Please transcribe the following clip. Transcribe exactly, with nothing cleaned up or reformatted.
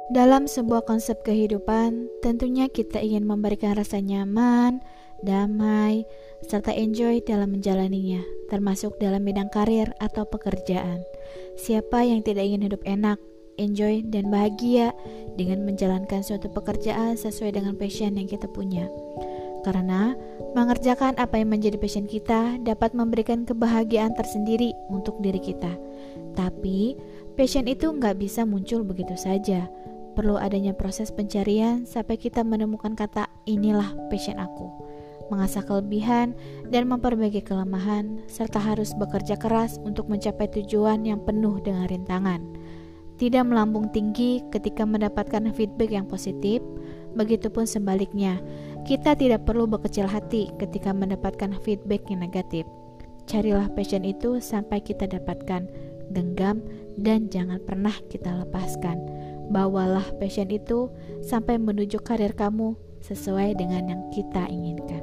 Dalam sebuah konsep kehidupan, tentunya kita ingin memberikan rasa nyaman, damai, serta enjoy dalam menjalaninya, termasuk dalam bidang karir atau pekerjaan. Siapa yang tidak ingin hidup enak, enjoy, dan bahagia dengan menjalankan suatu pekerjaan sesuai dengan passion yang kita punya? Karena mengerjakan apa yang menjadi passion kita dapat memberikan kebahagiaan tersendiri untuk diri kita. Tapi, passion itu nggak bisa muncul begitu saja. Perlu adanya proses pencarian sampai kita menemukan kata inilah passion aku. Mengasah kelebihan dan memperbaiki kelemahan, serta harus bekerja keras untuk mencapai tujuan yang penuh dengan rintangan. Tidak melambung tinggi ketika mendapatkan feedback yang positif, begitupun sebaliknya, kita tidak perlu berkecil hati ketika mendapatkan feedback yang negatif. Carilah passion itu sampai kita dapatkan, genggam dan jangan pernah kita lepaskan. Bawalah passion itu sampai menuju karir kamu sesuai dengan yang kita inginkan.